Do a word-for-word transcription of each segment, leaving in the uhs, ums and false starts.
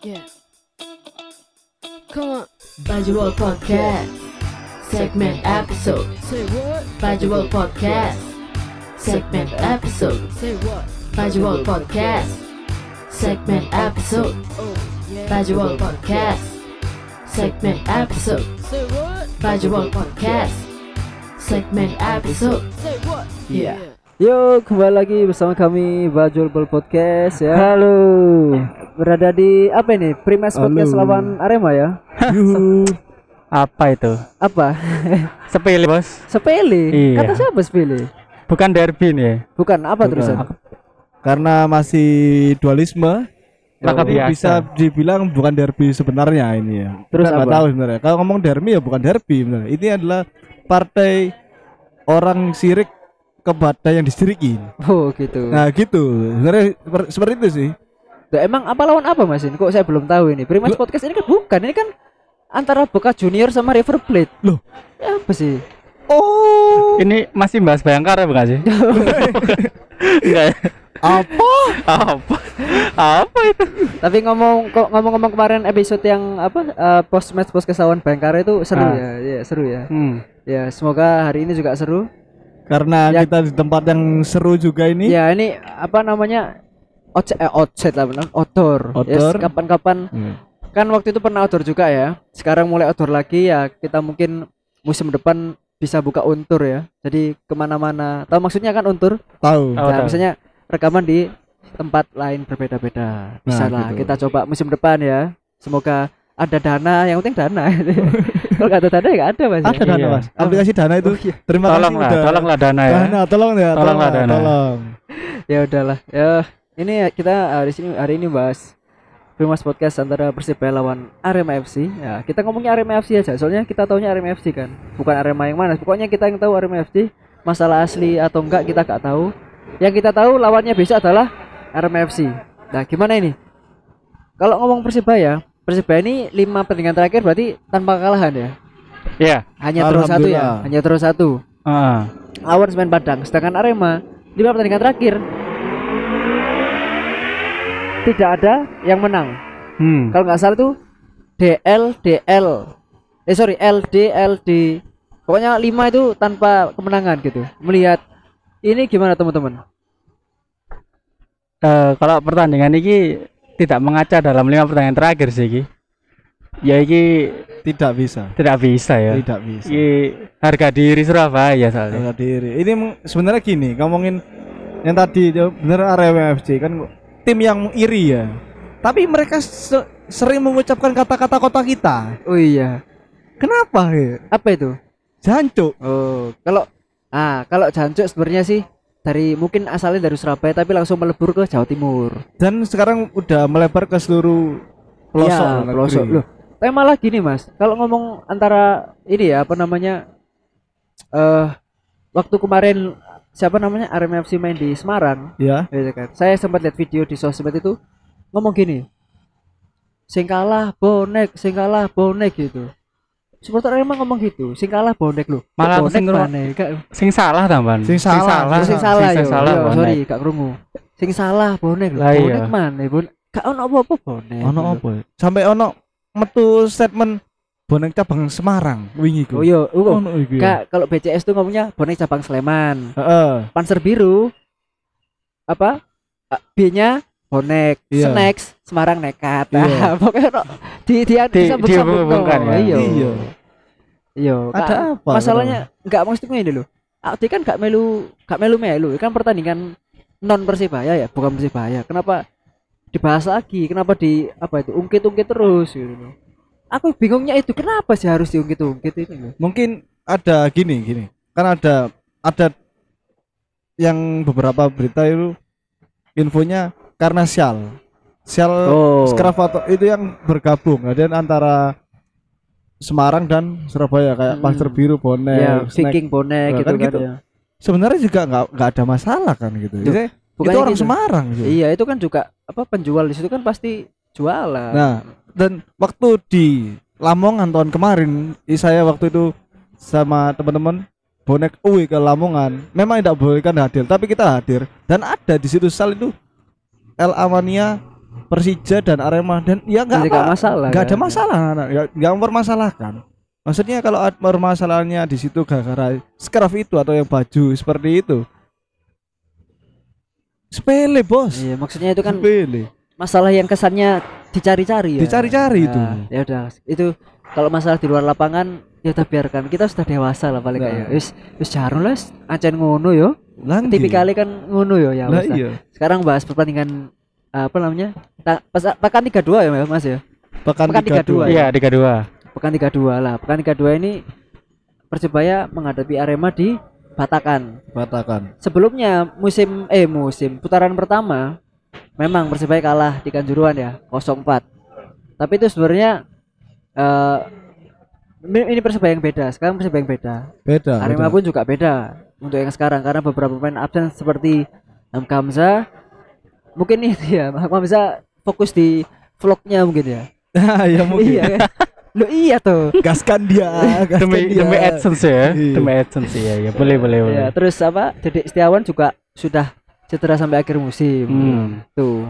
Yeah. Come on. Bajul Podcast. Segment episode. Say what? Bajul Podcast. Segment episode. Say what? Bajul Podcast. Segment episode. Oh, yeah. Bajul Podcast. Segment episode. Say what? Bajul Podcast. Segment episode. Say what? Yeah. Yo, kembali lagi bersama kami Bajul Podcast ya. Halo. Berada di apa ini? Primes Podcast lawan Arema ya. Apa itu? Apa? Sepele, Bos. Sepele. Iya. Kata siapa sepele? Bukan derby nih. Bukan apa Bukan. terusan? Karena masih dualisme, Maka jadi biasa. bisa dibilang bukan derby sebenarnya ini ya. Terus Kita nggak apa? tahu sebenarnya. Kalau ngomong derby ya bukan derby sebenarnya. Ini adalah partai orang sirik kepada yang disirikin. Oh gitu. Nah gitu. Sebenarnya seper- seperti itu sih. Tuh, emang apa lawan apa Mas? Ini kok saya belum tahu ini. Primes Loh. Podcast ini kan bukan. Ini kan antara Boca Junior sama River Plate. Loh. Ya, apa sih? Oh. Ini masih bahas Bayangkara bukan sih? Enggak. ya? Apa? Apa? Apa itu? Tapi ngomong kok ngomong-ngomong kemarin episode yang apa eh, post match post lawan Bayangkara itu seru Ah. ya. Ya, seru ya. Hmm. Ya, semoga hari ini juga seru. Karena Ya. kita di tempat yang seru juga ini. Ya ini apa namanya outset eh, outset lah benar outdoor. Outdoor. Yes, kapan-kapan Hmm. kan waktu itu pernah outdoor juga ya. Sekarang mulai outdoor lagi ya. Kita mungkin musim depan bisa buka untur ya. Jadi kemana-mana. Tahu maksudnya kan untur? Tahu. Oh, Nah, tahu. misalnya rekaman di tempat lain berbeda-beda. Bisa Nah, lah. gitu. Kita coba musim depan ya. Semoga ada dana. Yang penting dana. Kalau nggak ada dana ya nggak ada mas. Ada dana, Iya. Mas. Aplikasi Dana itu. Oh, iya. Terima Tolonglah, kasih udah. tolonglah Dana ya. Dana, tolong ya. Tolonglah Dana. Tolong. Ya udahlah. Ya ini ya, kita hari ini hari ini bahas Primas Podcast antara Persibaya lawan Arema F C. Ya, kita ngomongnya Arema F C aja. Soalnya kita taunya Arema F C kan. Bukan Arema yang mana. Pokoknya kita yang tahu Arema F C. Masalah asli atau enggak kita enggak tahu. Yang kita tahu lawannya besok adalah Arema F C. Nah, gimana ini? Kalau ngomong Persibaya, Persibaya ini lima pertandingan terakhir berarti tanpa kekalahan ya. Iya. Hanya terus satu ya. Alhamdulillah. Hanya terus satu. Heeh. Lawan Semen Padang. Sedangkan Arema lima pertandingan terakhir tidak ada yang menang. Hmm. Kalau nggak salah tuh D L D L. Eh sorry L D L D. Pokoknya lima itu tanpa kemenangan gitu. Melihat ini gimana teman-teman? Eh, kalau pertandingan ini tidak mengaca dalam lima pertandingan terakhir sih iki. Ya iki Tidak bisa. tidak bisa ya. Tidak bisa. Iki harga diri Surabaya soalnya. Harga diri. Ini meng- sebenarnya gini, ngomongin yang tadi ya bener Arema F C kan tim yang iri ya. Tapi mereka se- sering mengucapkan kata-kata kota kita. Oh iya. Kenapa ya? Apa itu? Jancuk. Oh, kalau ah kalau Jancuk sebenarnya sih dari mungkin asalnya dari Surabaya tapi langsung melebur ke Jawa Timur. Dan sekarang udah melebar ke seluruh pelosok Iya, negeri. pelosok loh. Tapi malah gini Mas, kalau ngomong antara ini ya apa namanya eh waktu kemarin siapa namanya Arema F C main di Semarang, Ya. gitu kan. Saya sempat lihat video di sosmed itu ngomong gini. Sing kalah bonek, sing kalah bonek gitu. Supporter Arema ngomong gitu, sing kalah bonek loh. Malah bonek sing ngero- mana? Gak Sing salah tambahan. Sing salah. oh, sing salah sing yo. salah, Yo, bonek. sorry, gak krungu. Sing salah bonek lho. Lah iya. Bonek mana? Bonek gak ono apa-apa bonek. Ono gitu. apa? ya? Sampai ono metu statement bonek cabang Semarang wingi Oh ku. iya, oh, Ono iki. Kak, kalau B C S tuh ngomongnya bonek cabang Sleman. Heeh. Panzer biru apa A- B-nya bonek, Iya. snacks Semarang nekat. Iya. Nah, pokoknya no, di di Di- disambung-sambung, dihubung-hubungkan no. ya? Iya. Iya. Iya. Ada Kak, apa? masalahnya enggak maksudnya ini loh. Aku kan gak melu gak melu-melu, kan pertandingan non Persibaya ya, bukan Persibaya. Kenapa dibahas lagi? Kenapa di apa itu ungkit-ungkit terus gitu loh. Aku bingungnya itu kenapa sih harus diungkit-ungkit ini loh. Mungkin ada gini gini. Kan ada ada yang beberapa berita itu infonya karena Sial. Sial Oh. Skravato itu yang bergabung dan antara Semarang dan Surabaya kayak Hmm. Panzer Biru, bonek, Ya, snack. Viking bonek Nah, gitu kan kan, gitu. ya. Sebenarnya juga nggak nggak ada masalah kan gitu. Duh, Jadi, bukannya itu orang gitu. Semarang gitu. Iya, itu kan juga apa penjual di situ kan pasti jualan. Nah, dan waktu di Lamongan tahun kemarin, i- saya waktu itu sama teman-teman bonek U I ke Lamongan, memang tidak boleh kan hadir, tapi kita hadir dan ada di situ sal itu El Amania Persija dan Arema dan ya nggak Jadi nggak apa- masalah, nggak ada kan? masalah anak ya nggak mempermasalahkan. Maksudnya kalau ad- permasalahannya di situ gara-gara scarf itu atau yang baju seperti itu sepele bos. Iya, maksudnya itu kan Sepele. masalah yang kesannya dicari-cari ya. Dicari-cari Ya, itu. Ya udah, itu kalau masalah di luar lapangan ya kita biarkan. Kita sudah dewasa lah paling Nah. kayak. Wis wis jarang lah ancen ngono yo. Lah Tipikali kan ngono yo ya. Lah wis lah. iya. Sekarang bahas pertandingan apa namanya? Ta, pas, pekan tiga puluh dua ya Mas ya. Pekan Pekan tiga puluh dua. Iya, tiga puluh dua. Pekan tiga puluh dua lah. Pekan tiga puluh dua ini Persebaya menghadapi Arema di Batakan. Batakan. Sebelumnya musim eh musim putaran pertama memang Persebaya kalah di Kanjuruhan ya nol empat. Tapi itu sebenarnya eh ini Persebaya yang beda. Sekarang Persebaya yang beda. Beda. Arema beda. pun juga beda untuk yang sekarang karena beberapa pemain absen seperti Hamka Hamzah. Mungkin itu ya, Hamka Hamzah fokus di vlognya mungkin ya. ya mungkin. Iya kan? Lo iya tuh. Gaskan dia, gaskan Demi dia. demi AdSense ya. Iya. Demi AdSense ya. Ya boleh boleh boleh. Ya, terus apa? Dedek Setiawan juga sudah cedera sampai akhir musim. Hmm. Tuh.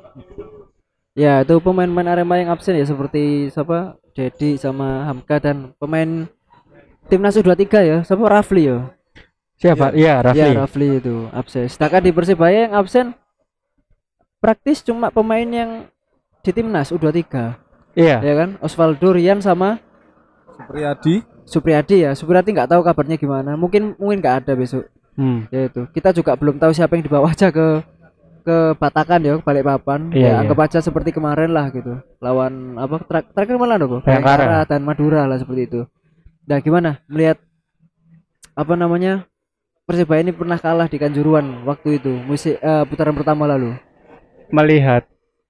Ya, itu pemain-pemain Arema yang absen ya seperti siapa? Dedi sama Hamka dan pemain timnas U dua puluh tiga ya, siapa Rafli ya. Siapa? Iya, Rafli. Ya, Rafli itu absen. Sedangkan di Persebaya yang absen praktis cuma pemain yang di timnas U dua puluh tiga. Iya. Ya kan? Osvaldo, Rian sama Supriyadi. Supriyadi ya. Supriyadi nggak tahu kabarnya gimana. Mungkin mungkin nggak ada besok. Hmm. Ya itu. Kita juga belum tahu siapa yang dibawa aja ke ke Batakan ya, ke Balikpapan. Iya, Ya iya. anggap aja seperti kemarin lah gitu. Lawan apa? Tra- terakhir malah kok. Bayangkara. dan Madura lah seperti itu. Nah, gimana melihat apa namanya? Persebaya ini pernah kalah di Kanjuruhan waktu itu, musim eh, putaran pertama lalu. Melihat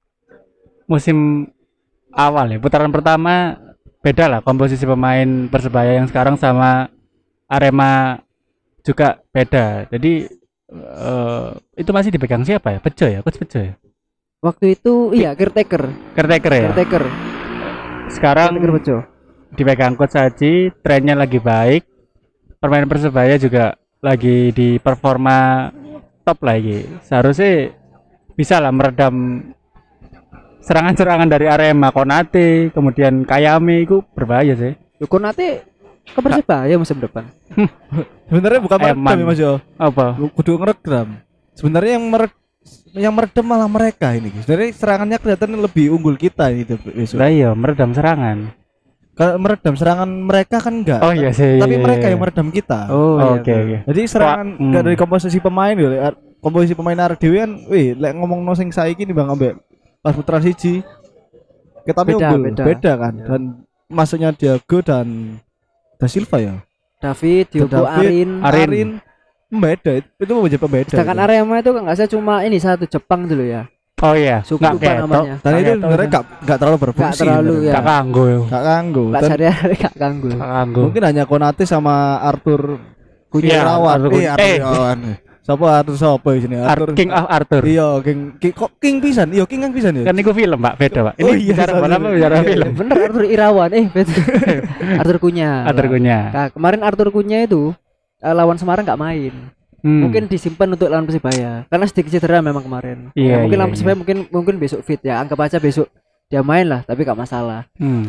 musim awal ya, putaran pertama beda lah komposisi pemain Persebaya yang sekarang sama Arema juga beda. Jadi eh, itu masih dipegang siapa ya? Bejo ya, coach Bejo ya. Waktu itu iya caretaker, Caretaker ya. caretaker, Sekarang caretaker Bejo. dipegang coach Haji, trennya lagi baik. Permainan Persebaya juga lagi di performa top lagi. Seharusnya bisa lah meredam serangan-serangan dari Arema, Konate, kemudian Kayame itu berbahaya sih. Yo nanti ke Persebaya musim depan. Sebenarnya bukan meredam Eman. ya Mas Yo. Apa? Kudu ngeredam. Sebenarnya yang mered yang meredam malah mereka ini. Sebenarnya serangannya kelihatan lebih unggul kita ini tuh besok. Lah iya, meredam serangan. Kalau meredam serangan mereka kan enggak. Oh iya sih. Tapi iya, mereka iya. yang meredam kita. Oh, iya, Oke, betul. oke. Jadi serangan Wah, enggak hmm. dari komposisi pemain ya. Ar- Komposisi pemain arek dhewe kan, wih, lek ngomong no sing saiki nih Bang ambek pas putaran siji. Kita Beda, unggul, beda. beda kan. Iya. Dan masuknya Diago dan Da Silva ya. David, Diogo, David, Arin. Arin. Arin pembeda itu, itu menjadi pembeda. Sedangkan itu. Arema itu kan nggak saya cuma ini satu Jepang dulu ya. Oh iya, Suku nggak apa ketok. namanya? Dan itu Nggak sebenarnya ketok. gak, gak terlalu berfungsi. Nggak terlalu, sebenarnya. ya. Nggak kanggo. Gak ganggu. Nggak Dan sehari-hari nggak ganggu. Nggak kanggo. mungkin hanya Konate sama Arthur Iya, Kunyirawan. Arthur Eh, Kun- Arthur eh. Kunyirawan. Siapa Arthur siapa di sini? Ar- Arthur King of Arthur. Iya, King, King kok King pisan? Iya, King kan pisan ya. Kan itu film, Pak. Beda, Pak. Ini Oh iya, bicara sorry, bola apa sorry. bicara Iya, film? Bener Arthur Irawan eh betul. Arthur Kunya. Arthur Kunya. Nah, kemarin Arthur Kunya itu eh, lawan Semarang nggak main. Hmm. Mungkin disimpan untuk lawan Persibaya karena sedikit cedera memang kemarin. Iya, Ya, mungkin iya, lawan Persibaya iya. mungkin mungkin besok fit ya. Anggap aja besok dia main lah, tapi nggak masalah. Hmm.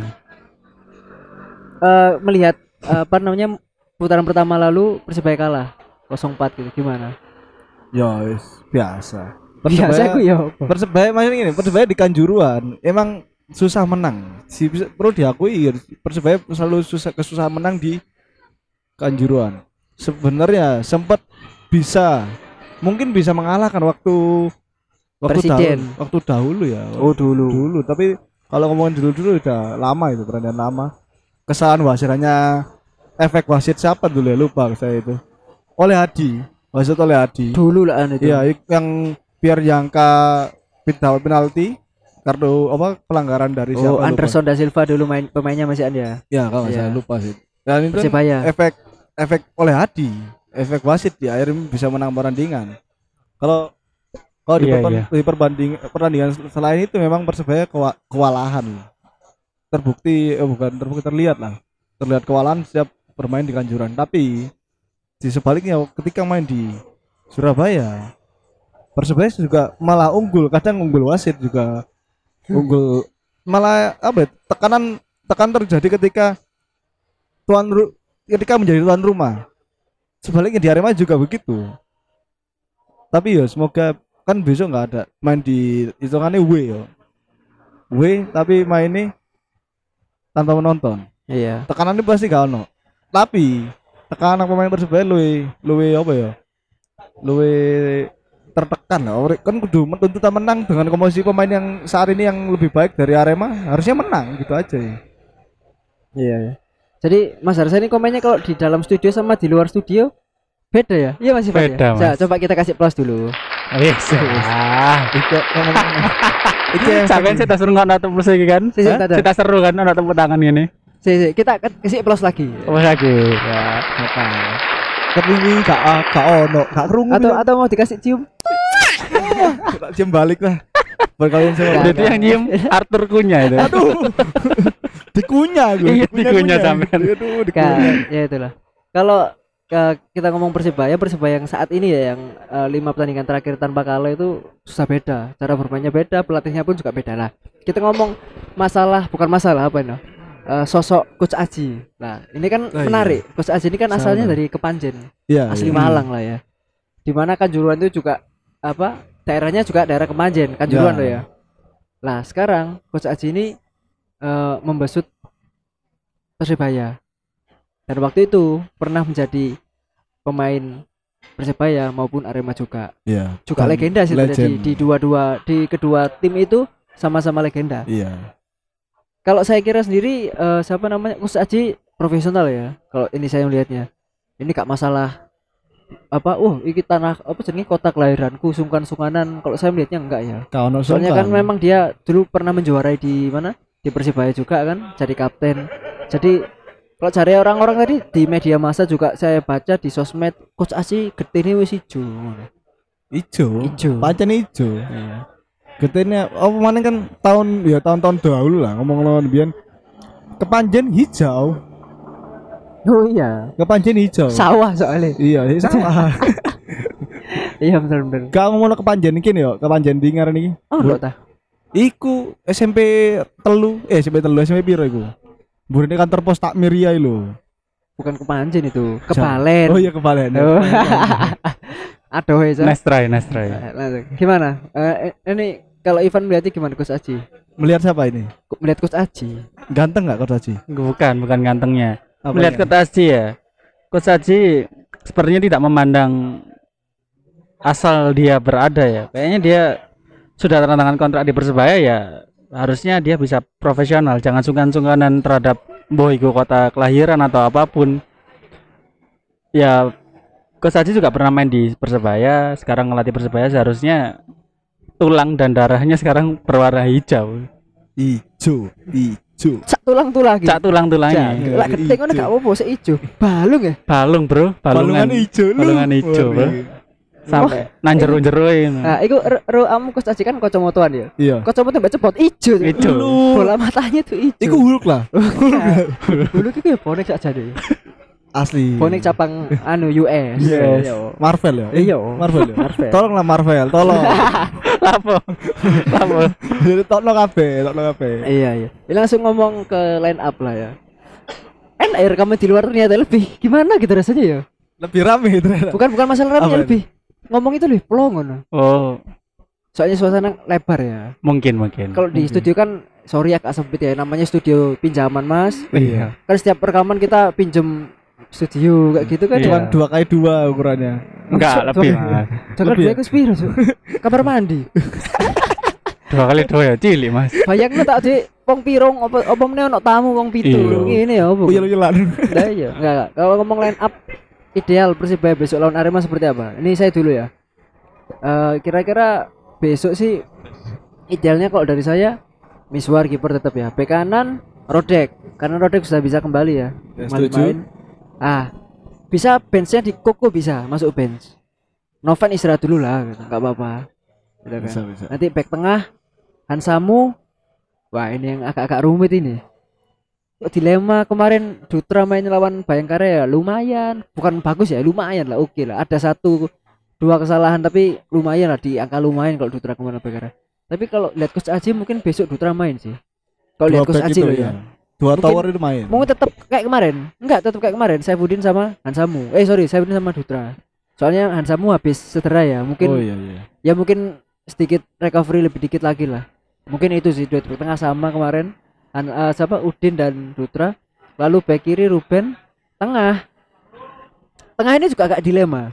Eh, melihat eh, apa namanya putaran pertama lalu Persibaya kalah nol empat gitu gimana? Ya, wis, biasa. Biasa aku ya. Persebaya maksudnya gini, Persebaya di Kanjuruhan emang susah menang. Si bisa- perlu diakui Persebaya selalu susah kesusahan menang di Kanjuruhan. Sebenarnya sempat bisa mungkin bisa mengalahkan waktu waktu Presiden. dahulu, waktu dahulu ya. Oh dulu. Dulu, tapi kalau ngomongin dulu-dulu udah lama itu, perandaan lama. Kesalahan wasit hanya efek wasit siapa dulu ya, lupa saya itu. Oleh Hadi, wasit oleh Hadi. Dulu lah itu. Iya, ik- yang biar jangka dapat penalti kartu apa pelanggaran dari siapa Oh, lupa. Anderson da Silva dulu main pemainnya masih ada. Ya, kalau nggak Iya. saya lupa sih. Dan itu kan Persebaya. efek efek oleh Hadi, efek wasit di akhirnya bisa menang pertandingan. Kalau kalau di, Iya, perpan- iya. di perbanding pertandingan selain itu memang Persebaya kewa- kewalahan. Terbukti eh bukan terbukti terlihat lah. Terlihat kewalahan setiap bermain di Kanjuruhan. Tapi di sebaliknya ketika main di Surabaya Persebaya juga malah unggul, kadang unggul wasit juga unggul malah apa ya, tekanan tekan terjadi ketika tuan ru, ketika menjadi tuan rumah. Sebaliknya di Arema juga begitu. Tapi ya semoga kan besok nggak ada main di hitungannya W ya. W tapi mainnya tanpa menonton. Iya. Tekanannya pasti gak ono. Tapi tekanan pemain Persebaya luwe luwe apa ya? Luwe tertekan lah. Ori- Kan kudu tuntutan menang dengan komposisi pemain yang saat ini yang lebih baik dari Arema, harusnya menang gitu aja ya. Iya, iya. Jadi Mas Harsa ini komennya kalau di dalam studio sama di luar studio beda ya? Iya masih Beda, ya? Mas. Coba kita kasih plus dulu. Yes. Ah. Itu itu yang Sampeyan kita suruh ngono terus iki kan? Si, si, Hah? tada. Kita seru kan ono tepuk tangan gini. Si, si, kita ke- kasih plus lagi. Oh lagi. Ya. Apa? kepingi gak gak ono, gak krungu. Atau atau mau dikasih cium? tak jam balik lah. Berkalian sama. Berarti yang nyium Arthur Kunya itu. Aduh. Dikunyah gue. Iya, dikunyah sampean. Aduh, Kan, dikunyah. ya itulah. Kalau ke- kita ngomong Persebaya, Persebaya yang saat ini ya yang eh, lima pertandingan terakhir tanpa kalah itu susah beda. Cara bermainnya beda, pelatihnya pun juga beda lah. Kita ngomong masalah, bukan masalah apa ini? Eh, sosok Coach Aji. Nah, ini kan Oh, iya. menarik. Coach Aji ini kan Sama. asalnya dari Kepanjen, Iya. asli iya. Malang lah ya. Dimana Kanjuruhan itu juga apa? Daerahnya juga daerah Kepanjen, Kanjuruhan Ya. loh ya. Nah, sekarang Coach Aji ini eh, membesut Persebaya. Dan waktu itu pernah menjadi pemain Persebaya maupun Arema juga. Iya. Juga Dan legenda sih di, legend. di dua-dua di kedua tim itu sama-sama legenda. Iya. Kalau saya kira sendiri eh, siapa namanya Coach Aji profesional ya. Kalau ini saya melihatnya. Ini gak masalah apa uh iki tanah apa jenenge kota kelahiranku sungkan-sungkanan. Kalau saya melihatnya enggak ya. Gak ono Soalnya sungkan. kan memang dia dulu pernah menjuarai di mana? Di Persibaya juga kan, jadi kapten. Jadi kalau cari orang-orang tadi di media massa juga saya baca di sosmed, Coach Aji getine wis ijo. Ijo. Ijo. Pancen ijo. Iya. Getene apa mana kan tahun ya tahun-tahun dahulu lah ngomong lawan biyen. Kepanjen hijau. Oh iya. Kepanjen hijau. Sawah soalnya. Iya, iya, sama. Iya bener-bener. Gak ngomong kepanjen iki yo, kepanjen di ngaran iki. Oh, enggak tah. Iku S M P telu, eh S M P telu, S M P piro iku? Burine kantor pos Takmiria lho. Bukan Kepanjen itu, Kebalen. Oh iya kebalen. Oh. Aduh ya. Nice try, nice try. Langsung. Gimana? Eh, ini kalau Ivan melihatnya gimana Coach Aji? Melihat siapa ini? Melihat Coach Aji. Ganteng enggak Coach Aji? Bukan, bukan gantengnya. Apanya? Melihat Coach Aji ya. Coach Aji sepertinya tidak memandang asal dia berada ya. Kayaknya dia sudah tanda tangan kontrak di Persebaya ya. Harusnya dia bisa profesional, jangan sungkan-sungkanan terhadap boh iku kota kelahiran atau apapun. Ya Coach Aji juga pernah main di Persebaya, sekarang ngelatih Persebaya, seharusnya tulang dan darahnya sekarang berwarna hijau. Ijo, ijo. Cak tulang-tulang gitu. Cak tulang-tulangnya. Cak. Lah keting ngono gak apa-apa sik ijo. Balung ya? Balung, Bro. Balungan Balungan. ijo lu. balungan ijo, Bro. Sampai nang jero-jero ini. Nah, iku ro ro- amu Coach Aji kan kacamataan ya. Iya. Kacamata mbak cepot ijo. tuh. Ijo. Bola matanya tuh ijo. Iku Hulk lah. dulu iki ya bonek sak jane. Asli. Bonek cabang anu U S. Yes. Iya. Marvel ya? Iya. Marvel ya? Marvel. Tolonglah Marvel, tolong. Lapo. Lapo. Jadi tokno kabeh, tokno kabeh. Iya iya. Ya, langsung ngomong ke line up lah ya. Enak ya rekaman di luar ternyata lebih gimana gitu rasanya ya. Lebih rame ternyata. Bukan bukan masalah Apa ramenya itu? lebih. Ngomong itu lebih plong ngono. Oh, Soalnya suasana lebar ya. mungkin mungkin. Kalau di studio kan sorry agak sempit ya, namanya studio pinjaman Mas. Iya. Kan setiap rekaman kita pinjem studio kayak gitu kan. Iya. Cuman dua kali dua ukurannya. Enggak, lebih, Mas. Jangan Lebih dua ya? ke sepiro, Cuk. Kamar mandi. Dua kali dua ya cilik, Mas. Bayangno tak di wong pirong apa apa meneh ono tamu wong pitu. Iya. Ngene ya opo? Uyel-uyelan. Lah iya, enggak, enggak. Kalau ngomong line up ideal Persibaya besok lawan Arema seperti apa? Ini saya dulu ya. Eh kira-kira besok sih idealnya kalau dari saya Miswar kiper tetap ya. Bek kanan Rodek karena Rodek sudah bisa kembali ya. Ya, Kembali setuju. main. Ah, bisa benchnya di Koko bisa masuk bench. Novan istirahat dulu lah, gitu. Enggak apa-apa. Gitu kan. Bisa, bisa. Nanti back tengah Hansamu. Wah, ini yang agak-agak rumit ini. Dilema kemarin Dutra main lawan Bayangkara ya lumayan, bukan bagus ya, lumayan lah, oke lah. Ada satu dua kesalahan tapi lumayan lah, di angka lumayan kalau Dutra kemarin Bayangkara. Tapi kalau lihat Coach Aji mungkin besok Dutra main sih. Kalau lihat Dua Coach back Aji itu loh ya. Dua Mungkin- tower itu main. Mungkin tetap kayak kemarin. Enggak, tetap kayak kemarin. Saifuddin sama Hansamu. Eh sorry, Saifuddin sama Dutra. Soalnya Hansamu habis cedera ya. Mungkin Oh iya iya. ya mungkin sedikit recovery lebih dikit lagi lah. Mungkin itu sih duet back tengah sama kemarin. Han, eh, siapa Udin dan Dutra. Lalu back kiri Ruben, tengah. Tengah ini juga agak dilema.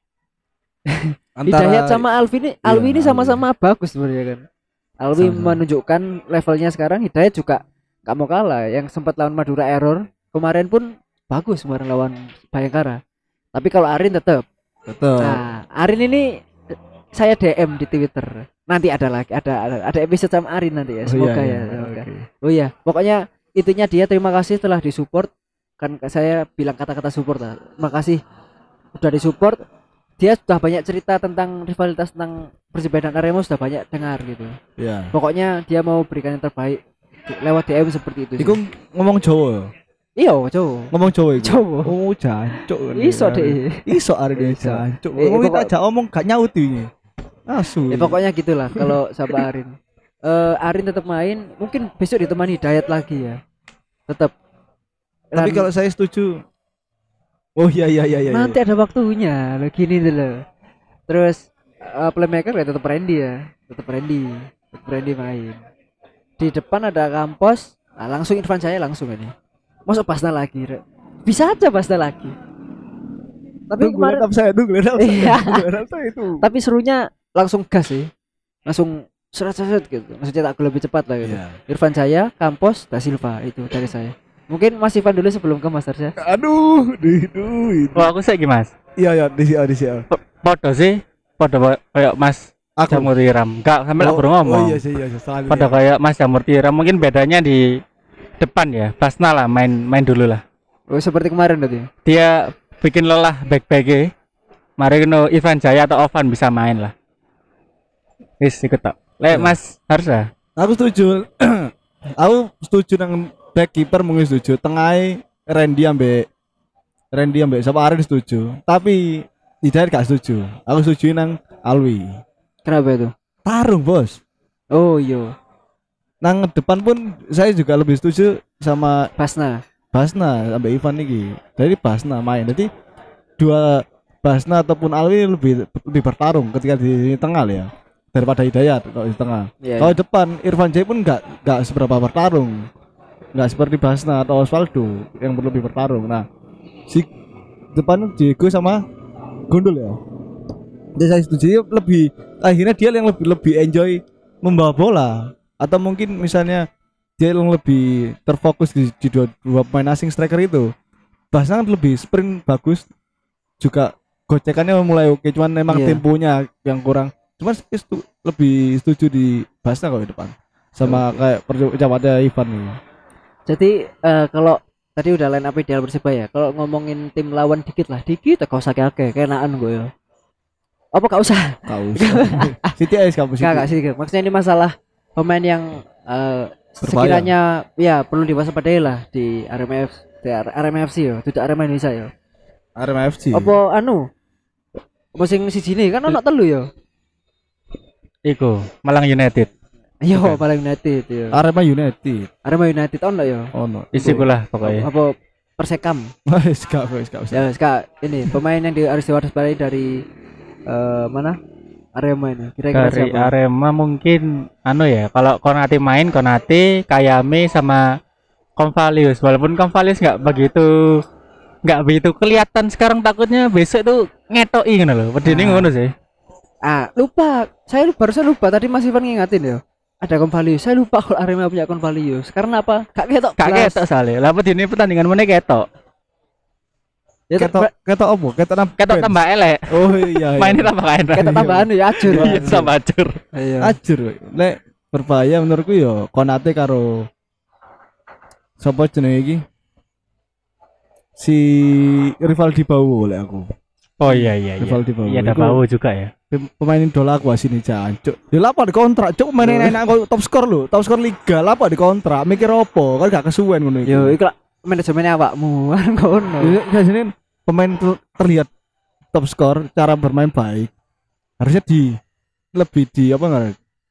Hidayat sama Alwi ini, Alwi ini Iya, sama-sama bagus sebenarnya kan. Alwi Sama-sama. menunjukkan levelnya sekarang, Hidayat juga gak mau kalah. Yang sempat lawan Madura error kemarin pun bagus kemarin lawan Bayangkara. Tapi kalau Arin tetap. Betul. Nah, Arin ini saya D M di Twitter. Nanti ada lagi, ada ada, ada episode sama Arin nanti ya. Semoga ya. Semoga. Oke. Oh iya, pokoknya intinya dia terima kasih telah disupport. Kan saya bilang kata-kata support lah. Makasih udah disupport. Dia sudah banyak cerita tentang rivalitas tentang Persibaya dan Arema sudah banyak dengar gitu. Iya. Pokoknya dia mau berikan yang terbaik di- lewat D M seperti itu. sih. Iku ngomong Jawa. iya, cowo. Ngomong Jawa iku. Jawa. Oh, jancuk. Iso deh. Iso arek dia Iso. jancuk. Eh, Ngomong pokok- aja omong gak nyaut ini. Asu. Ya pokoknya gitulah kalau sama Arin. Eh Arin tetap main, mungkin besok ditemani Hidayat lagi ya. Tetap. Tapi Dan kalau saya setuju. Oh iya iya iya iya. nanti ada waktunya, lo gini deh lo. Terus eh, playmaker ya tetap Randy ya, tetap Randy, tetap Randy main. Di depan ada Kampos, nah, langsung Irfan Jaya langsung ini. Masuk Basna lagi, Re. Bisa aja Basna lagi. Tapi Tunggu kemarin, laptop saya, tunggu laptop saya. Iya. Tunggu laptop saya itu. tapi serunya langsung gas sih, langsung seret-seret gitu. Maksudnya tak lebih cepat lah gitu. Iya. Irfan Jaya, Kampos, Da Silva itu dari saya. Mungkin Mas Ivan dulu sebelum ke Mas Arsya. Aduh, di duit. Oh, aku sih Mas. Iya ya, di sini di sini. Podo sih, podo kayak Mas Aku. Jamur Tiram. Enggak sampai Oh, aku ngomong. Oh iya sih iya sih. Selalu. Podo kayak Mas Jamur Tiram, mungkin bedanya di depan ya. Basna lah main main dulu lah. Oh seperti kemarin berarti. Dia bikin lelah back-backnya. Mari kena Irfan Jaya atau Ovan bisa main lah. Wis ikut tak. Lek Iya. Mas harusnya. Aku setuju. Aku setuju dengan back keeper mungkin setuju. Tengah Randy ambek Randy ambek siapa Arin setuju. Tapi Hidayat gak setuju. Aku setuju nang Alwi. Kenapa itu? Tarung, Bos. Oh iya, Nang depan pun saya juga lebih setuju sama Basna. Basna sampai Ivan iki. Jadi Basna main. Jadi dua Basna ataupun Alwi lebih lebih bertarung ketika di tengah ya daripada Hidayat kalau di tengah. Iya. Kalau depan Irfan Jaya pun nggak nggak seberapa bertarung. Nggak seperti Basna atau Osvaldo yang lebih bertarung. Nah, si depan Diego sama Gondol ya. Jadi saya setuju dia lebih akhirnya dia yang lebih lebih enjoy membawa bola atau mungkin misalnya dia yang lebih terfokus di, di dua, dua pemain asing striker itu. Basna kan lebih sprint bagus juga gocekannya mulai oke cuman memang Iya. temponya yang kurang. Cuman saya setu- lebih setuju di Basna kalau di depan sama kayak perjawabannya Ivan nih. Jadi eh, kalau tadi udah line up ideal Persibaya, kalau ngomongin tim lawan dikit lah, dikit gak usah kayak kenaan gue ya. Apa gak usah? Kau City Ice kamu City. Gak gak sih, maksudnya ini masalah pemain yang eh, Berbahaya. sekiranya ya perlu diwaspadai lah di Arema F C, di Arema F C yo, tidak Arema Indonesia yo. Arema F C. Apa anu? Apa sing siji nih kan ono telu yo. Iku Malang United. Yo, Bukan. paling United yo. Arema United. Arema United ono yo. Oh no. Isi lah pokoknya. Apa Persekam? Wes gak wes gak usah. Ya, Ska, ini pemain yang di, harus diwaspadai dari eh, mana? Arema ini. Kira-kira Dari siapa? Arema mungkin anu ya, kalau Konate main, Konate, Kayame sama Konvalius. Walaupun Konvalius nggak begitu nggak begitu kelihatan sekarang, takutnya besok tuh ngetoki ngono lho. Wedine Ah. ngono sih. Ah, lupa. Saya lupa, barusan lupa tadi Mas Ivan ngingatin ya. Ada Konvalius. Saya lupa kalau Arema punya Konvalius. Karena apa? Gak ketok. Gak blas. ketok soalnya. Lah wedine pertandingan meneh ketok. Ya, Ketok ketok apa? Ketok nang Ketok bench. tambah elek. Oh iya. iya. Mainnya tambah kain. ketok tambahan ya ajur. Iya, tambah acur. Iya. Ajur. we. Lek berbahaya menurutku ya Konate karo sapa jenenge iki? Si rival di bawah oleh aku. Oh iya iya iya. Rival di bawah. Iya ada Iku bau juga ya. pem- Pemain idola aku sini jancuk. Ya lapo di kontrak, cuk main enak kok top skor lho, top skor liga lapo di kontrak. Mikir opo? Kan gak kesuwen ngono iku. Yo, iku lah manajemennya awakmu. Kan ngono. Ya, biasanya pemain ter- terlihat top skor, cara bermain baik. Harusnya di lebih di apa enggak?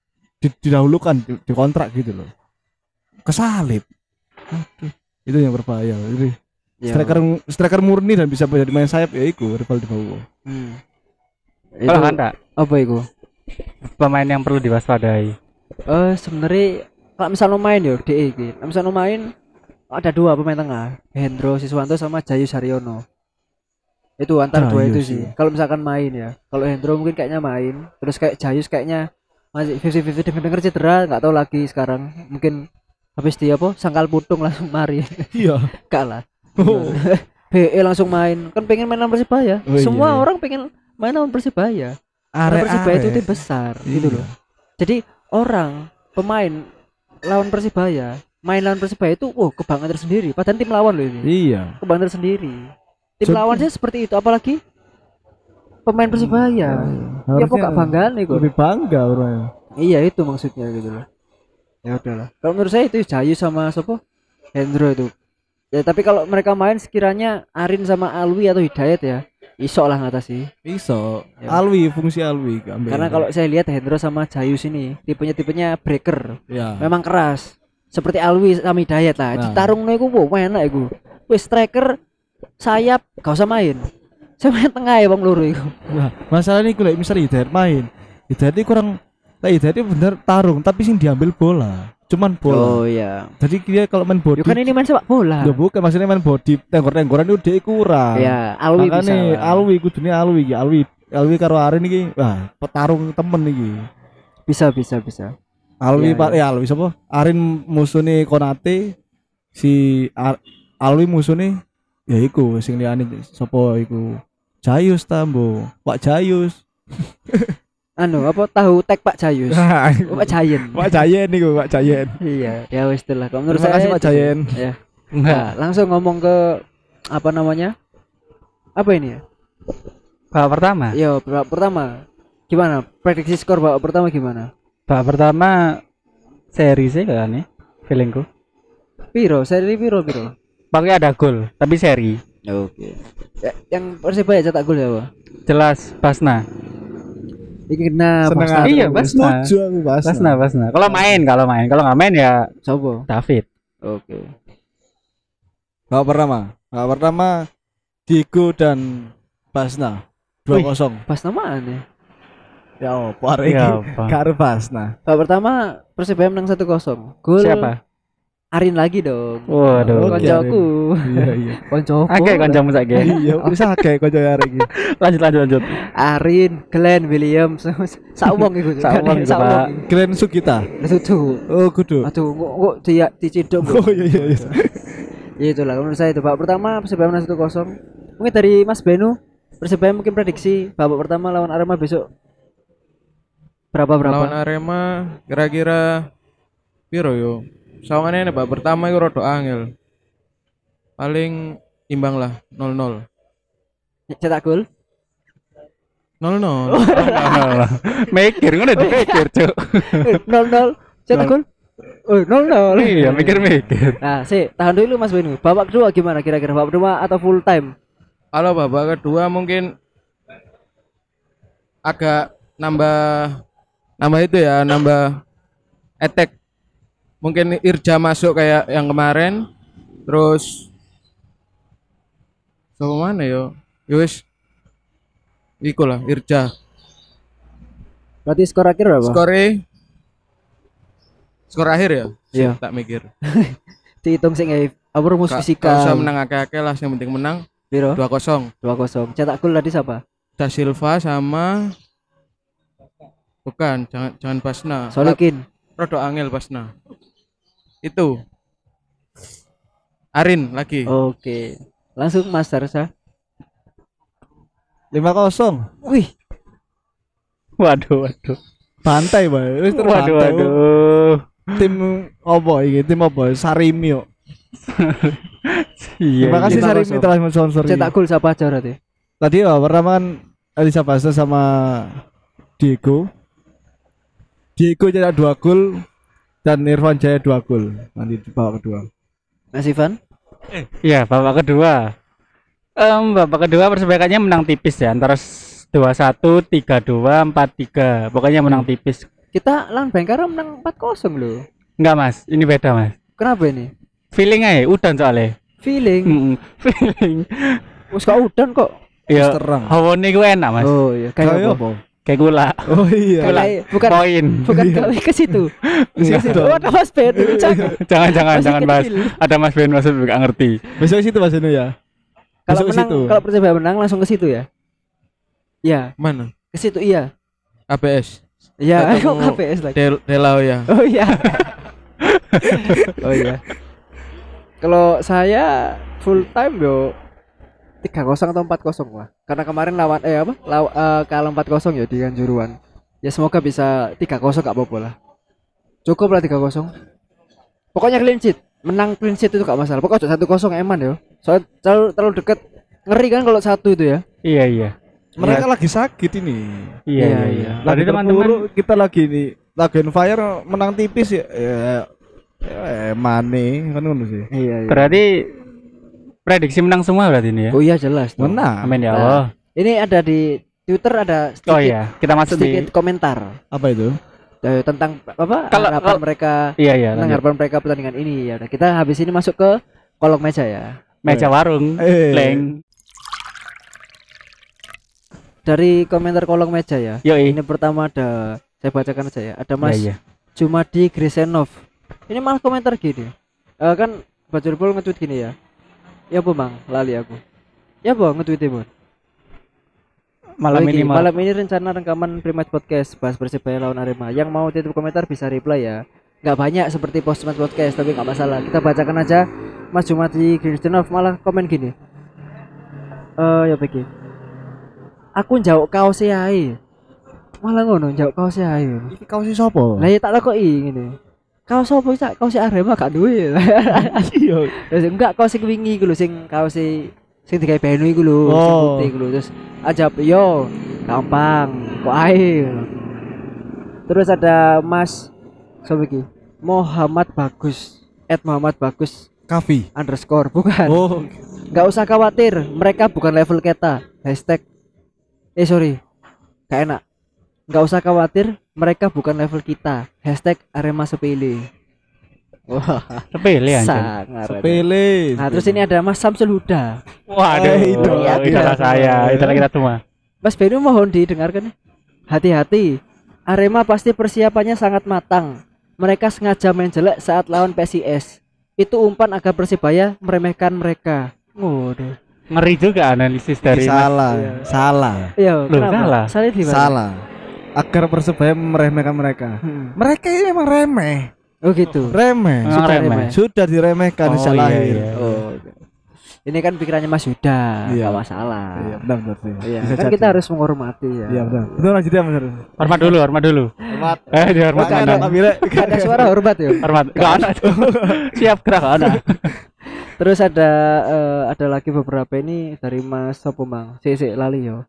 di- didahulukan di, di kontrak gitu loh. Kesalip. Aduh, itu yang berbahaya. Jadi Ya. striker striker murni dan bisa jadi main sayap ya iku Rivaldo Bowo. Hmm. Kalau Itu Hanta apa itu? pemain yang perlu diwaspadai. Eh sebenarnya kalau misalnya main yo D E iki. Kalau misalnya main ada dua pemain tengah, Hendro Siswanto sama Jayus Haryono. Itu antara dua itu Jayus, sih. ya. Kalau misalkan main ya. Kalau Hendro mungkin kayaknya main, terus kayak Jayus kayaknya masih lima puluh lima puluh denger cedera, nggak tahu lagi sekarang. Mungkin habis dia apa sangkal putung langsung mari. Iya. Kalah. Oh. B E langsung main. Kan pengen main lawan Persibaya. Oh, iya, Semua iya. orang pengen main lawan Persibaya. Karena Persibaya itu tim besar gitu Iya. loh. Jadi orang pemain lawan Persibaya main lawan Persibaya itu wow kebanggaan tersendiri. Padahal tim lawan loh ini. Iya. Kebanggaan tersendiri. Tim Contoh- lawan saja seperti itu, apalagi pemain Persibaya. Ya kok Harusnya gak banggaan nih kok. lebih bangga orangnya. Iya itu maksudnya gitu loh. Ya udahlah. Kalau menurut saya itu Jayu sama siapa? Hendro itu. Ya tapi kalau mereka main sekiranya Arin sama Alwi atau Hidayat ya, iso lah ngatasi. Iso. Ya. Alwi fungsi Alwi ambil. Karena kalau saya lihat Hendro sama Jayu sini tipenya tipenya breaker. ya. Memang keras. Seperti Alwi sama Hidayat lah. Nah. Ditarungno iku wow enak iku. Wis striker sayap gak usah main. Saya main tengah ya Bang Loro iku. Nah, masalahnya iku lek misal Hidayat main. Hidayat iki kurang lek Hidayat iki bener tarung tapi sing diambil bola. Cuman bola. Oh iya. Jadi dia kalau main body Yo kan ini main sepak bola. ya bukan maksudnya main body tenggor-tenggoran itu dia kurang. Ya, Alwi bisa. Makanya lah. Alwi kudune Alwi iki, Alwi Alwi karo Arin iki wah petarung temen iki. Bisa bisa bisa. Alwi Iya, Pak ya Alwi sapa? Arin musuhne Konate, si Ar- Alwi musuhne ya iku sing liyane sapa iku? Jayus tambo, Pak Jayus. Anu apa tahu tek Pak Jayus. Oh, Pak Jayen. Pak Jayen niku, Pak Jayen. Iya, ya wis lah. Kalau menurut Terima saya kasih, Pak itu sih. Jayen. Ya. Enggak. Nah, langsung ngomong ke apa namanya? Apa ini ya? Babak pertama. Yo, babak pertama. Gimana? Prediksi skor babak pertama gimana? Babak pertama seri sih kayaknya feelingku. Piro? Seri piro piro? Pakai ada gol, tapi seri. Oke. Ya, yang Persibaya cetak gol ya, Pak? Jelas Basna. Iki kena Seneng Mas aku. Iya, Basna. Setuju aku Basna. Basna, Basna. Kalau main, kalau main, kalau nggak main ya Sopo? David. Oke. Babak pertama. Babak pertama Diego dan Basna dua kosong. Pas namaan ya. Ya opo arek Ya, iki apa? karo Basna. Babak pertama Persibaya menang satu kosong. Gol Siapa? Arin lagi dong. Waduh. Oke, Koncoku. Iya iya. Koncoku. Oke, kancamu saja. Iya, bisa akeh kanca arek iki. Lanjut, lanjut, lanjut. Arin, Glenn, William, sak wong iku. Sak wong iku, Pak. Glenn Sugita. Setuju. Oh, kudu. Aduh, kok kok dia diciduk. Oh iya iya iya. Ya itulah menurut saya itu babak pertama Persibaya menang satu kosong. Mungkin dari Mas Benu, Persibaya mungkin prediksi babak pertama lawan Arema besok berapa berapa? Lawan Arema kira-kira piro yo? Sawangane nek babak pertama iku rada angel. Paling imbang lah nol nol. Cetak gol? nol nol. Mikir, ngono dipikir, Cuk. nol nol. Cetak gol? Oh, nol nol. Iya, mikir-mikir. Nah, sih, tahan dulu Mas Benu. Babak kedua gimana kira-kira? Babak kedua atau full time? Kalau babak kedua mungkin agak nambah nambah itu ya, nambah attack. Mungkin Irja masuk kayak yang kemarin. Terus sama mana yo? Yo wis iku lah Irja. Berarti skor akhir berapa? Skore skor akhir ya? Iya. Tak mikir. Dihitung sing eh, apa rumus Gak fisika. usah menang akeh-akeh lah, yang penting menang Piro? dua kosong. dua kosong. Cetak gol tadi siapa? Da Silva sama bukan, jangan jangan Basna. Solikin. Rodo angel Basna. Itu Arin lagi. Oke. Langsung Mas Darsa. lima kosong. Wih, Waduh, waduh. Bantai, Pak. Wis Waduh, terbantai. waduh. Tim apa iki? Tim apa? Sarimi yo. Iya. Terima kasih lima Sarimi kosong. telah sponsor. cetak gol siapa aja berarti? Tadi ya pertama kan Elisa Basna sama Diego. Diego cetak dua gol dan Irfan Jaya dua gol nanti di babak kedua. Mas Ivan? Iya, babak kedua. Em, babak kedua Persibaya kayaknya menang tipis ya, antara dua satu, tiga dua, empat tiga. Pokoknya menang tipis. Kita lawan Bayangkara menang empat kosong loh. Enggak Mas, ini beda Mas. Kenapa ini? Feeling aja, udan soalnya. Feeling. Mm, feeling. Wes kok udan kok. Ya, terang. hawane gue enak Mas. Oh iya, kayak Kayak apa? apa? Kayak gula. Oh iya. Gula. Kayak bukan Poin. bukan kali ke situ. Ke situ. Oh, ada Mas Ben. Jangan jangan Masih jangan Mas. kecil. Ada Mas Ben Mas enggak ngerti. Besok situ Mas Eno ya. Kalau Besok menang, situ. kalau Persebaya menang langsung ke situ ya. Iya, Mana? ke situ iya. A B S. Iya, Ketemu kok K P S lagi. Del Delau ya. Oh iya. Oh iya. Kalau saya full time yo tiga kosong atau empat kosong lah. Karena kemarin lawan eh apa? Law, eh, kalah empat kosong ya di Kanjuruhan. Ya semoga bisa tiga kosong gak apa-apa lah. Cukup lah tiga kosong. Pokoknya clean sheet. Menang clean sheet itu gak masalah. Pokoknya satu kosong eman ya. Soalnya terlalu terlalu deket. Ngeri kan kalau satu itu ya. Iya iya. Mereka lagi sakit ini. Iya Iya, iya. iya. iya. Tadi teman-teman terpuruk, kita lagi nih lagi on fire menang tipis ya. Ya, ya mane kan ngono sih. Iya, iya. berarti prediksi menang semua berarti ini ya. Oh iya jelas. dong. Menang. Amin ya Nah, Allah. Ini ada di Twitter ada sedikit, Oh iya, kita masuk di sedikit komentar Apa itu? eh, tentang apa Kalau- harapan kalau- mereka Iya iya. tentang lanjut. harapan mereka pertandingan ini ya udah kita habis ini masuk ke kolom meja ya. Meja warung. Eh. Leng. Dari komentar kolom meja ya. Yoi. Ini pertama ada saya bacakan aja ya. Ada Mas Iya, iya. Jumadi Grisenov. Ini malah komentar gini. Eh kan Bajul Bol nge-tweet gini ya. Ya apa Bang? Lali aku. Ya apa nge-tweet Bang? Malam Oh, ini iki, malam. malam ini rencana rekaman pre-match podcast bahas Persebaya lawan Arema. Yang mau titip komentar bisa reply ya. Nggak banyak seperti post-match podcast tapi nggak masalah. Kita bacakan aja. Mas Jumadi Grisenov malah komen gini. Eh ya begini. Aku njawab kaos ae. Malah ngono njawab kaos ae. Iki kau si sopo? Lah ya tak takoki ngene. Kaos opo cak? Kaos Arema gak duwe. Iya. Terus enggak kaos sing wingi iku lho sing kaos sing digawe Benu iku lho, sing Oh. putih iku lho. Terus ajab yo gampang kok ae. Terus ada Mas sapa iki? Muhammad Bagus. At Muhammad Bagus Kafi. underscore bukan. Oh, Nggak usah khawatir, mereka bukan level kita. Hashtag Eh sorry, gak enak. Nggak usah khawatir, mereka bukan level kita. Hashtag Arema sepele. Wah, Sepele anjing. sangat. sepele. Nah terus ini ada Mas Samsul Huda. Waduh, Eh, idola idola, kita. idola saya, idola kita semua. Mas Benu mohon didengarkan. Hati-hati, Arema pasti persiapannya sangat matang. Mereka sengaja main jelek saat lawan P S I S. Itu umpan agar Persebaya meremehkan mereka. Waduh. Ngeri juga analisis dari Mas. salah, salah, Iya, Loh, kenapa? salah. Salah di mana? salah. Agar Persebaya meremehkan mereka. Hmm. Mereka ini memang remeh, Oh gitu. remeh. Memang Sudah remeh. remeh. Sudah diremehkan Oh, sejak iya, lahir. iya. Oh. Ini kan pikirannya Mas Yuda, Iya. nggak masalah. Iya, benar benar sih. Iya, Bisa kan jadi. kita harus menghormati ya. Iya benar. Betul lanjut ya Mas. Hormat dulu, hormat dulu. Hormat. Eh, dihormat Bukan, ada. ada. Ada suara hormat ya. Hormat. Gak ada. Siap gerak gak ada. Terus ada eh, ada lagi beberapa ini dari Mas Sopo Mang. Si si lali yo.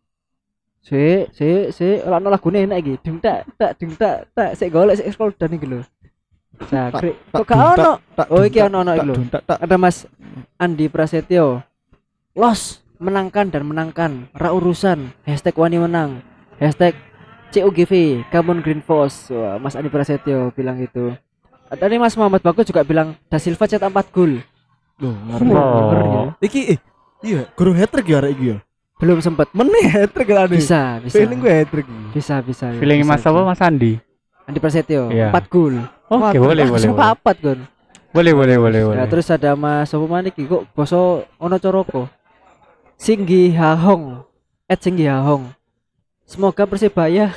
Si si si ora ono lagune enak iki. Dung tak tak dung tak tak sik golek sik scroll dan iki lho. Sakrik. Kok gak ono? Oh iki ono ono iki lho. Ada Mas Andi Prasetyo. Los menangkan dan menangkan ra urusan. Hashtag wani menang. Hashtag C U G V Kamon Green Force. Wah, Mas Andi Prasetyo bilang gitu. Tadi Mas Muhammad Bagus juga bilang Da Silva cetak empat gol. Loh, Oh. Ngeri ya. Iki eh, iya, guru hat-trick ya arek iki ya. Belum sempat. Meneh hat-trick kan ane. Bisa, bisa. Feeling gue hat-trick. Bisa, bisa. ya, Feeling bisa, Mas apa bisa. Mas Andi? Andi Prasetyo, Iya. empat gol. Oke, boleh boleh. Langsung boleh. papat kan. Boleh boleh boleh boleh. Ya, terus ada Mas apa mana iki kok basa ono coroko. Singgi Hahong. At Singgi Hahong. Semoga Persebaya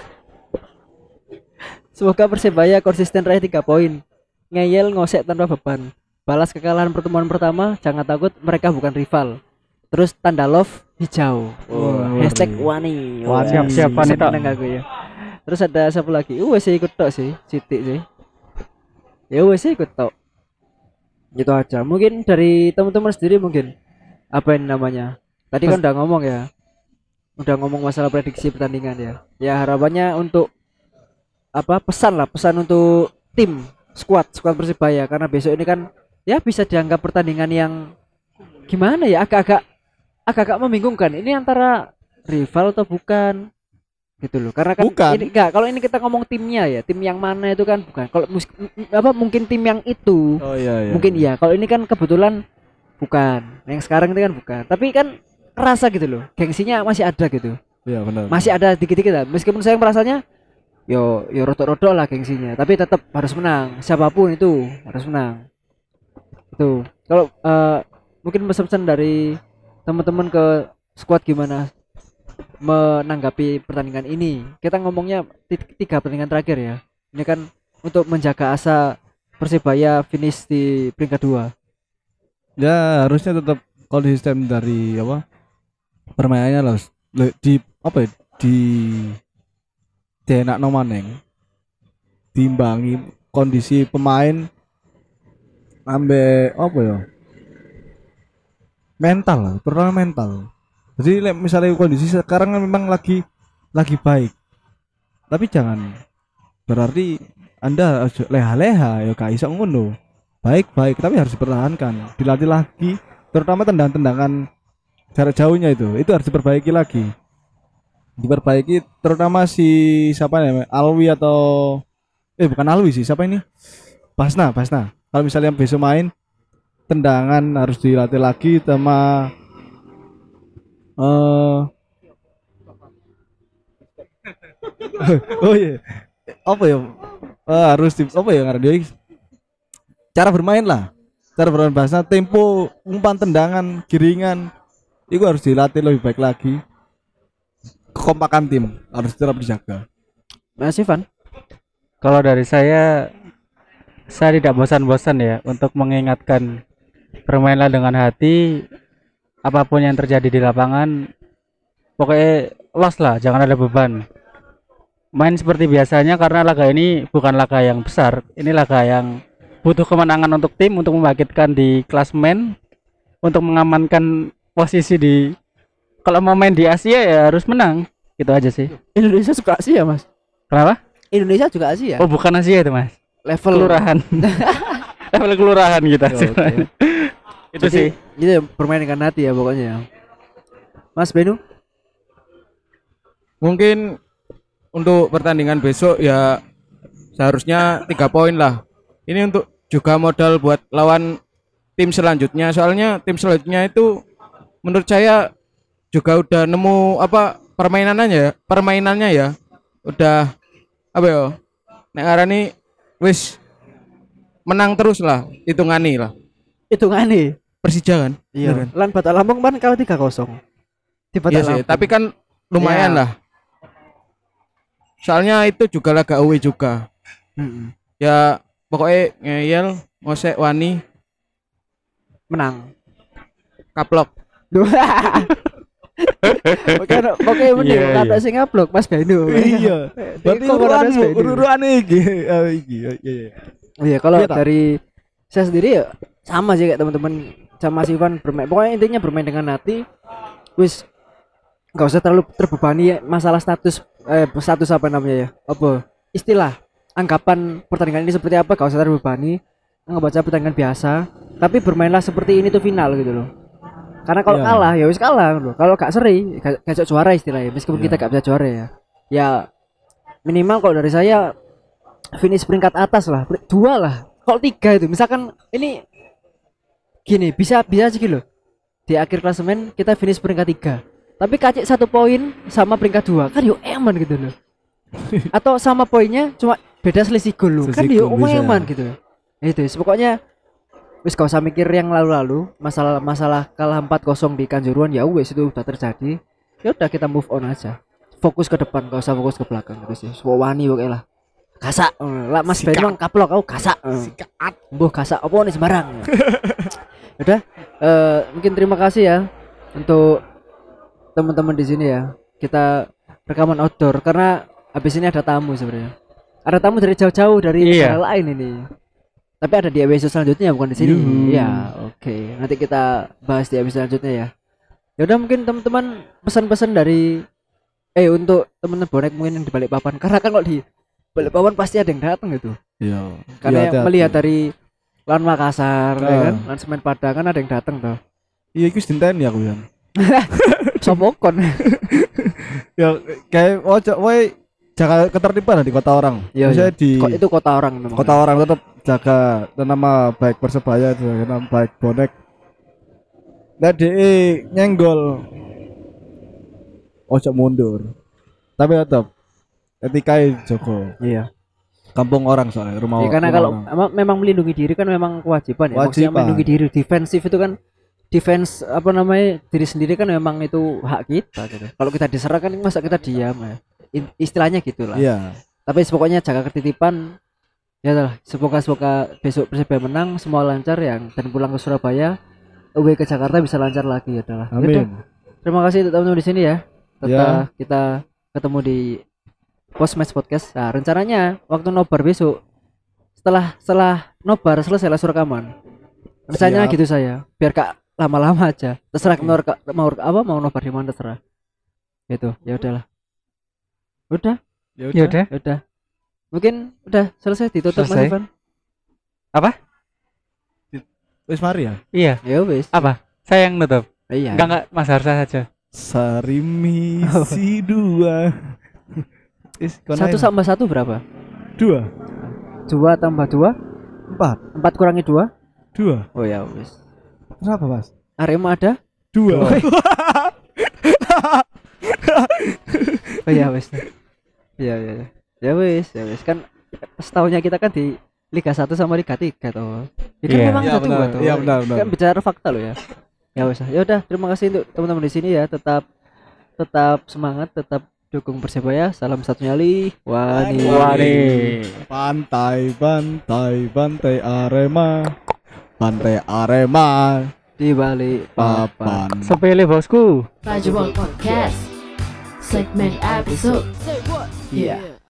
Semoga Persebaya konsisten raih tiga poin. Ngeyel ngosek tanpa beban. Balas kekalahan pertemuan pertama, jangan takut mereka bukan rival. Terus tanda love hijau. Oh, Hashtag wani. wani. Wani. Siap, siap, wani, Tok. Seneng aku ya. Terus ada siapa lagi? Uh, wes ikut tok sih, Siti sih. Ya wes ikut tok. Gitu aja. Mungkin dari teman-teman sendiri mungkin apa ini namanya? Tadi kan udah ngomong ya. Udah ngomong masalah prediksi pertandingan ya. Ya harapannya untuk apa? Pesan lah, pesan untuk tim, squad, squad Persebaya karena besok ini kan ya bisa dianggap pertandingan yang gimana ya? Agak-agak agak-agak membingungkan. Ini antara rival atau bukan? gitu loh. Karena kan Bukan. ini enggak, kalau ini kita ngomong timnya ya, tim yang mana itu kan bukan. Kalau mus- m- apa mungkin tim yang itu. Oh iya iya. Mungkin iya. Kalau ini kan kebetulan bukan. Yang sekarang itu kan bukan. Tapi kan rasa gitu loh. Gengsinya masih ada gitu. Iya benar. Masih ada dikit-dikit lah. Meskipun saya merasanya yo yo rodok-rodok lah gengsinya, tapi tetap harus menang. Siapapun itu harus menang. Itu. Kalau eh, mungkin pesan-pesan dari teman-teman ke squad gimana menanggapi pertandingan ini. Kita ngomongnya ti- tiga pertandingan terakhir ya. Ini kan untuk menjaga asa Persebaya finish di peringkat dua. Ya harusnya tetap konsisten dari apa permainannya lah. Le- Di apa ya? Di dienak no maneng. Diimbangi kondisi pemain ambe apa ya? Mental lah, terutama mental. Jadi le- misalnya kondisi sekarang kan memang lagi lagi baik. Tapi jangan berarti Anda aja leha-leha ya gak iso ngono. Baik-baik tapi harus dipertahankan, dilatih lagi, terutama tendang-tendangan jarak jauhnya itu. Itu harus diperbaiki lagi. Diperbaiki terutama si siapa namanya? Alwi atau eh bukan Alwi sih, siapa ini? Basna, Basna. Kalau misalnya besok main tendangan harus dilatih lagi sama eh oh iya apa ya Eh, harus di apa ya ngaran dia cara bermain lah cara bermain bahasa tempo umpan tendangan giringan itu harus dilatih lebih baik lagi kekompakan tim harus tetap dijaga. Mas Ivan, Kalau dari saya, saya tidak bosan-bosan ya untuk mengingatkan bermainlah dengan hati, apapun yang terjadi di lapangan, pokoknya los lah, jangan ada beban. Main seperti biasanya karena laga ini bukan laga yang besar, ini laga yang butuh kemenangan untuk tim untuk membangkitkan di klasemen, untuk mengamankan posisi di kalau mau main di Asia ya harus menang, gitu aja sih. Indonesia suka Asia Mas. Kenapa? Indonesia juga Asia. Oh bukan Asia itu mas, Level kelurahan, level kelurahan kita. Oh, oke. Itu Jadi, sih. Itu bermain dengan hati ya pokoknya. Mas Benu, Mungkin untuk pertandingan besok ya seharusnya tiga poin lah. Ini untuk juga modal buat lawan tim selanjutnya. Soalnya tim selanjutnya itu menurut saya juga udah nemu apa permainannya ya, permainannya ya. Udah apa ya? Nek arani wis menang terus lah, hitungani lah. hitungane. Persija kan? Iya. Lan Batak Lampung kan kalah tiga kosong. Di Batak Iya sih, Lampung. tapi kan lumayan Iya. lah. Soalnya itu juga laga away juga. Mm-mm. Ya pokoknya ngeyel, ngosek wani, Menang. kaplok. Oke, oke mending Iya, kata iya. sing ngablok Mas Benu. Iya. Berarti Ini ukuran Mas uruanmu, Benu. uruan iki. Oh, iki. Iya, iya. Iya, kalau Iya, tak? dari saya sendiri ya sama sih kayak teman-teman sama Mas Ivan bermain. Pokoknya intinya bermain dengan hati. Wis nggak usah terlalu terbebani ya masalah status eh status apa namanya ya? Apa? Istilah anggapan pertandingan ini seperti apa, gak usah terbebani. Nggak baca pertandingan biasa, tapi bermainlah seperti ini tuh final gitu loh. Karena kalau Iya. kalah ya wis kalah loh. Kalau gak seri, gak, gak cocok juara istilahnya. Meskipun Iya. kita gak bisa juara ya. Ya minimal kalau dari saya finish peringkat atas lah, Peri- dua lah. Kalau tiga itu, misalkan ini gini, bisa bisa sih loh. Di akhir klasemen kita finish peringkat tiga, tapi kacik satu poin sama peringkat dua kan yuk eman gitu loh. Atau sama poinnya cuma beda selisih gol loh, kan Selisih yuk gol bisa. eman gitu. Itu sih, pokoknya wis gak usah mikir yang lalu-lalu, masalah masalah kalah empat kosong di Kanjuruhan ya wes itu udah terjadi. Ya udah kita move on aja. Fokus ke depan, gak usah fokus ke belakang gitu sih. Semua wani pokoknya lah. Kasak, eh, lah Mas Sikat. Benong kaplok kau kasak. eh. Mbuh kasak apa nih sembarang. Udah, eh, mungkin terima kasih ya untuk teman-teman di sini ya. Kita rekaman outdoor karena habis ini ada tamu sebenarnya. Ada tamu dari jauh-jauh dari Iya. negara lain ini. Tapi ada di episode selanjutnya bukan di sini. Yuhu. Ya, oke. Nanti kita bahas di episode selanjutnya ya. Ya udah mungkin teman-teman pesan-pesan dari eh untuk teman-teman bonek mungkin yang di balik papan karena kan kalau di balik papan pasti ada yang datang gitu. Iya. Karena Iya, yang hati-hati. melihat dari lawan Makassar ya Ah. kan, lawan Semen Padang kan ada yang datang tuh. Iya, iku dinten ya aku ya. Sopokon. Ya kayak ojo woi jaga ketertiban di kota orang. Iya, Maksudnya iya. di Kok itu kota orang memang. kota orang tetap jaga nama baik Persebaya itu nama baik bonek. Nah de nyenggol ojo mundur. Tapi tetap etika Joko. Iya. Kampung orang soalnya rumah. Ya, karena rumah kalau orang. em- memang melindungi diri kan memang kewajiban ya. Maksudnya Kewajiban. melindungi diri, defensif itu kan defense apa namanya diri sendiri kan memang itu hak kita gitu. Kalau kita diserang kan masa kita diam ya. In- istilahnya gitulah. Iya. Tapi pokoknya jaga ketitipan ya lah. Semoga semoga besok Persebaya menang, semua lancar yang dan pulang ke Surabaya, away ke Jakarta bisa lancar lagi ya adalah. Amin. Terima kasih untuk teman-teman di sini ya. Tetap Ya. kita ketemu di post match podcast. Nah, rencananya waktu nobar besok setelah setelah nobar selesai langsung rekaman. Rencananya Siap. gitu saya, biar kak lama-lama aja. Terserah mau reka- mau reka- apa mau nobar di mana terserah. Gitu. Ya udahlah. Udah, Ya udah. ya udah. Mungkin udah selesai ditutup Mas Selesai. Ivan. Wis mari ya. Iya. Ya wis. Apa? Saya yang nutup. Iya. Enggak enggak Mas Harsa saja. Sarimi si dua. Is, Satu tambah satu berapa? dua. Dua tambah dua, Empat. empat kurangi dua. Dua. Oh ya wis. Kenapa Mas? Arema ada? Dua. Oh ya wis. Iya iya. iya. Ya wis, ya wis kan setahunnya kita kan di Liga satu sama Liga tiga toh. Ya kan Iya. memang Iya, ada dua benar. toh. Iya, benar, benar. Kan bicara fakta loh ya. Ya wis. Ya udah, terima kasih untuk teman-teman di sini ya. Tetap tetap semangat, tetap dukung Persebaya. Salam satu nyali. Wani. Wani. Pantai, pantai, pantai Arema. Pantai Arema Di balik papan. papan. Sepele bosku. Bajawal Podcast. Segment episode. Iya.